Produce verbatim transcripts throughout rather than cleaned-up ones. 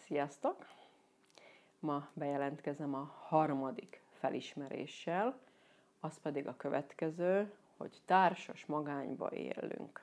Sziasztok! Ma bejelentkezem a harmadik felismeréssel, az pedig a következő, hogy társas magányba élünk.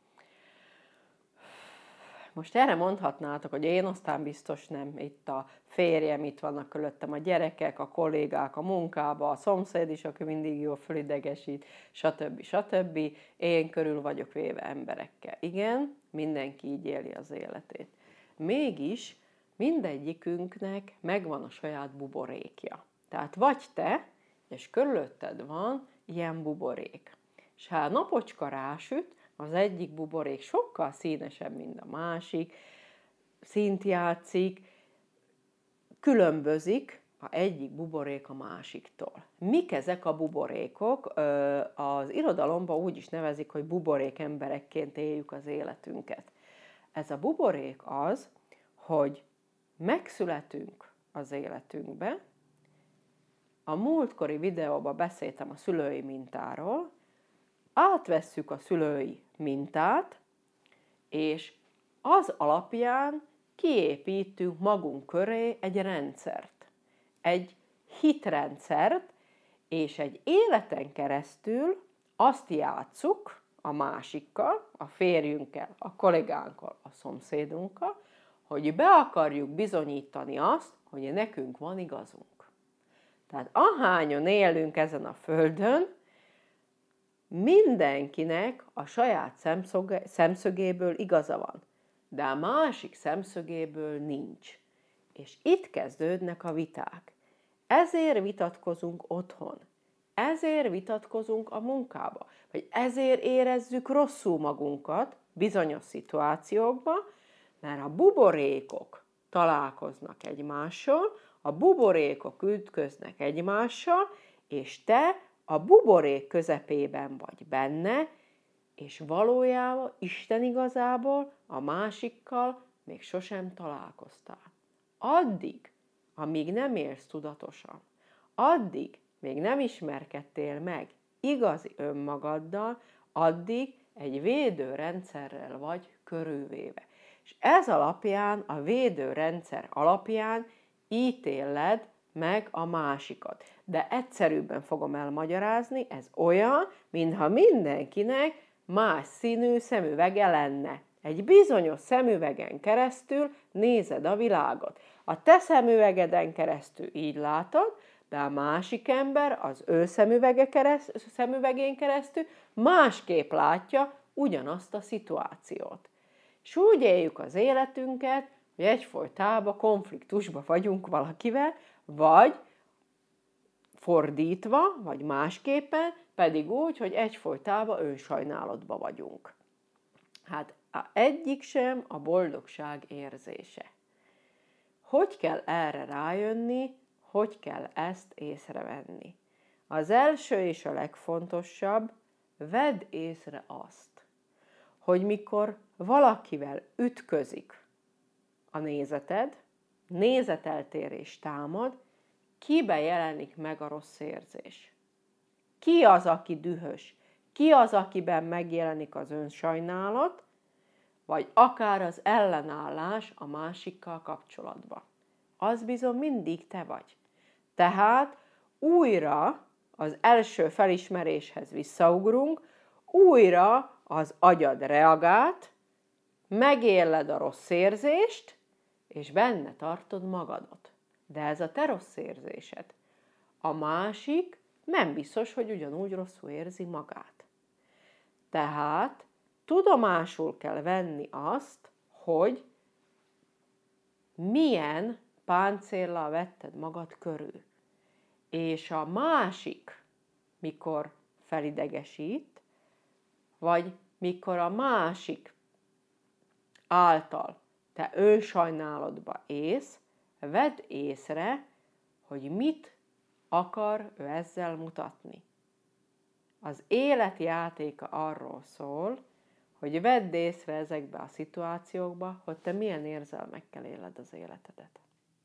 Most erre mondhatnátok, hogy én aztán biztos nem, itt a férjem, itt vannak körülöttem a gyerekek, a kollégák a munkába, a szomszéd is, aki mindig jól fölidegesít, stb. stb. Én körül vagyok véve emberekkel. Igen, mindenki így éli az életét. Mégis mindegyikünknek megvan a saját buborékja. Tehát vagy te, és körülötted van ilyen buborék. És ha a napocska rásüt, az egyik buborék sokkal színesebb, mint a másik, színt játszik, különbözik a egyik buborék a másiktól. Mik ezek a buborékok? Az irodalomban úgy is nevezik, hogy buborék emberekként éljük az életünket. Ez a buborék az, hogy megszületünk az életünkbe. A múltkori videóban beszéltem a szülői mintáról, átvesszük a szülői mintát, és az alapján kiépítünk magunk köré egy rendszert, egy hitrendszert, és egy életen keresztül azt játsszuk a másikkal, a férjünkkel, a kollégánkkal, a szomszédunkkal, hogy be akarjuk bizonyítani azt, hogy nekünk van igazunk. Tehát ahányan élünk ezen a földön, mindenkinek a saját szemszögéből igaza van, de a másik szemszögéből nincs. És itt kezdődnek a viták. Ezért vitatkozunk otthon, ezért vitatkozunk a munkába, vagy ezért érezzük rosszul magunkat bizonyos szituációkban, mert a buborékok találkoznak egymással, a buborékok ütköznek egymással, és te a buborék közepében vagy benne, és valójában, Isten igazából a másikkal még sosem találkoztál. Addig, amíg nem élsz tudatosan, addig még nem ismerkedtél meg igazi önmagaddal, addig egy védőrendszerrel vagy körülvéve. És ez alapján, a védőrendszer alapján ítéled meg a másikat. De egyszerűbben fogom elmagyarázni, ez olyan, mintha mindenkinek más színű szemüvege lenne. Egy bizonyos szemüvegen keresztül nézed a világot. A te szemüvegeden keresztül így látod, de a másik ember az ő szemüvege kereszt, szemüvegén keresztül másképp látja ugyanazt a szituációt. És úgy éljük az életünket, hogy egyfolytában konfliktusban vagyunk valakivel, vagy fordítva, vagy másképpen, pedig úgy, hogy egyfolytában önsajnálatban vagyunk. Hát egyik sem a boldogság érzése. Hogy kell erre rájönni, hogy kell ezt észrevenni? Az első és a legfontosabb, vedd észre azt, hogy mikor valakivel ütközik a nézeted, nézeteltérés támad, kiben jelenik meg a rossz érzés? Ki az, aki dühös? Ki az, akiben megjelenik az önsajnálat, vagy akár az ellenállás a másikkal kapcsolatban? Az bizony mindig te vagy. Tehát újra az első felismeréshez visszaugrunk, újra az agyad reagált, megéled a rossz érzést, és benne tartod magadat. De ez a te rossz érzésed. A másik nem biztos, hogy ugyanúgy rosszul érzi magát. Tehát tudomásul kell venni azt, hogy milyen páncéllal vetted magad körül. És a másik, mikor felidegesít, vagy mikor a másik által te önsajnálatba élsz, vedd észre, hogy mit akar ő ezzel mutatni. Az élet játéka arról szól, hogy vedd észre ezekbe a szituációkba, hogy te milyen érzelmekkel éled az életedet.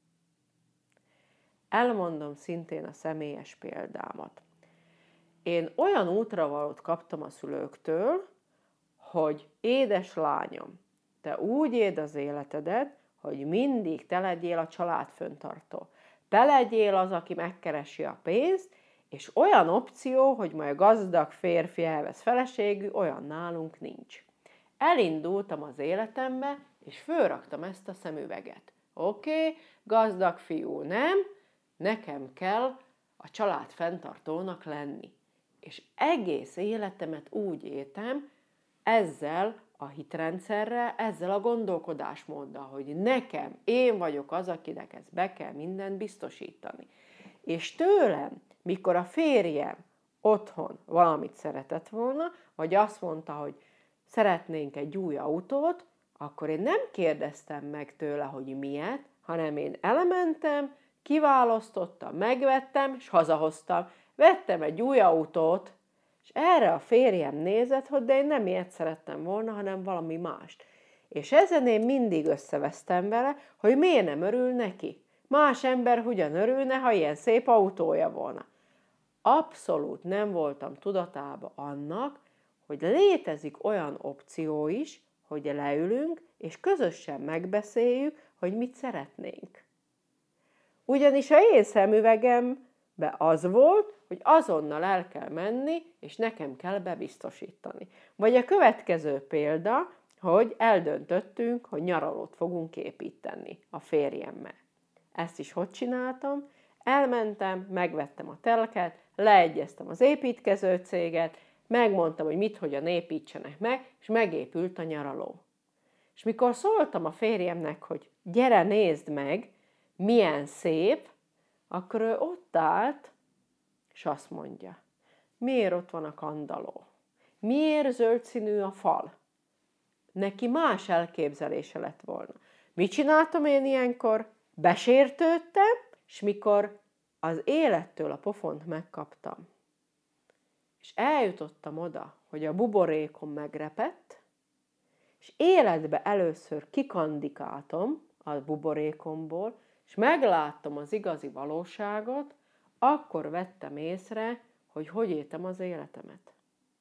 Elmondom szintén a személyes példámat. Én olyan útravalót kaptam a szülőktől, hogy édes lányom, te úgy éld az életedet, hogy mindig te legyél a családfenntartó. Te legyél az, aki megkeresi a pénzt, és olyan opció, hogy majd gazdag férfi elvesz feleségű, olyan nálunk nincs. Elindultam az életembe, és fölraktam ezt a szemüveget. Oké, okay, gazdag fiú nem, nekem kell a család fenntartónak lenni. És egész életemet úgy éltem, ezzel a hitrendszerrel, ezzel a gondolkodásmóddal, hogy nekem, én vagyok az, akinek ezt be kell mindent biztosítani. És tőlem, mikor a férjem otthon valamit szeretett volna, vagy azt mondta, hogy szeretnénk egy új autót, akkor én nem kérdeztem meg tőle, hogy miért, hanem én elementem, kiválasztottam, megvettem, és hazahoztam. Vettem egy új autót, és erre a férjem nézett, hogy de én nem ilyet szerettem volna, hanem valami mást. És ezen én mindig összevesztem vele, hogy miért nem örül neki. Más ember hogyan örülne, ha ilyen szép autója volna. Abszolút nem voltam tudatában annak, hogy létezik olyan opció is, hogy leülünk, és közösen megbeszéljük, hogy mit szeretnénk. Ugyanis a én szemüvegemben az volt, hogy azonnal el kell menni, és nekem kell bebiztosítani. Vagy a következő példa, hogy eldöntöttünk, hogy nyaralót fogunk építeni a férjemmel. Ezt is hogy csináltam? Elmentem, megvettem a telket, leegyeztem az építkező céget, megmondtam, hogy mit, hogyan építsenek meg, és megépült a nyaraló. És mikor szóltam a férjemnek, hogy gyere, nézd meg, milyen szép, akkor ő ott állt, és azt mondja, miért ott van a kandalló? Miért zöld színű a fal? Neki más elképzelése lett volna. Mit csináltam én ilyenkor? Besértődtem, és mikor az élettől a pofont megkaptam, és eljutottam oda, hogy a buborékom megrepett, és életbe először kikandikáltam a buborékomból, és megláttam az igazi valóságot, akkor vettem észre, hogy hogy éltem az életemet.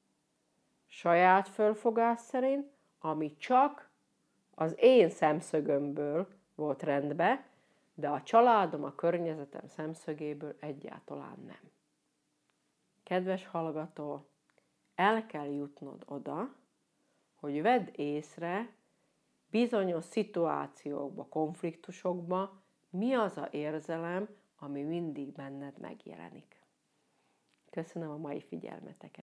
Saját fölfogás szerint, ami csak az én szemszögömből volt rendben, de a családom, a környezetem szemszögéből egyáltalán nem. Kedves hallgató, el kell jutnod oda, hogy vedd észre bizonyos szituációkba, konfliktusokba, mi az a érzelem, ami mindig benned megjelenik. Köszönöm a mai figyelmeteket.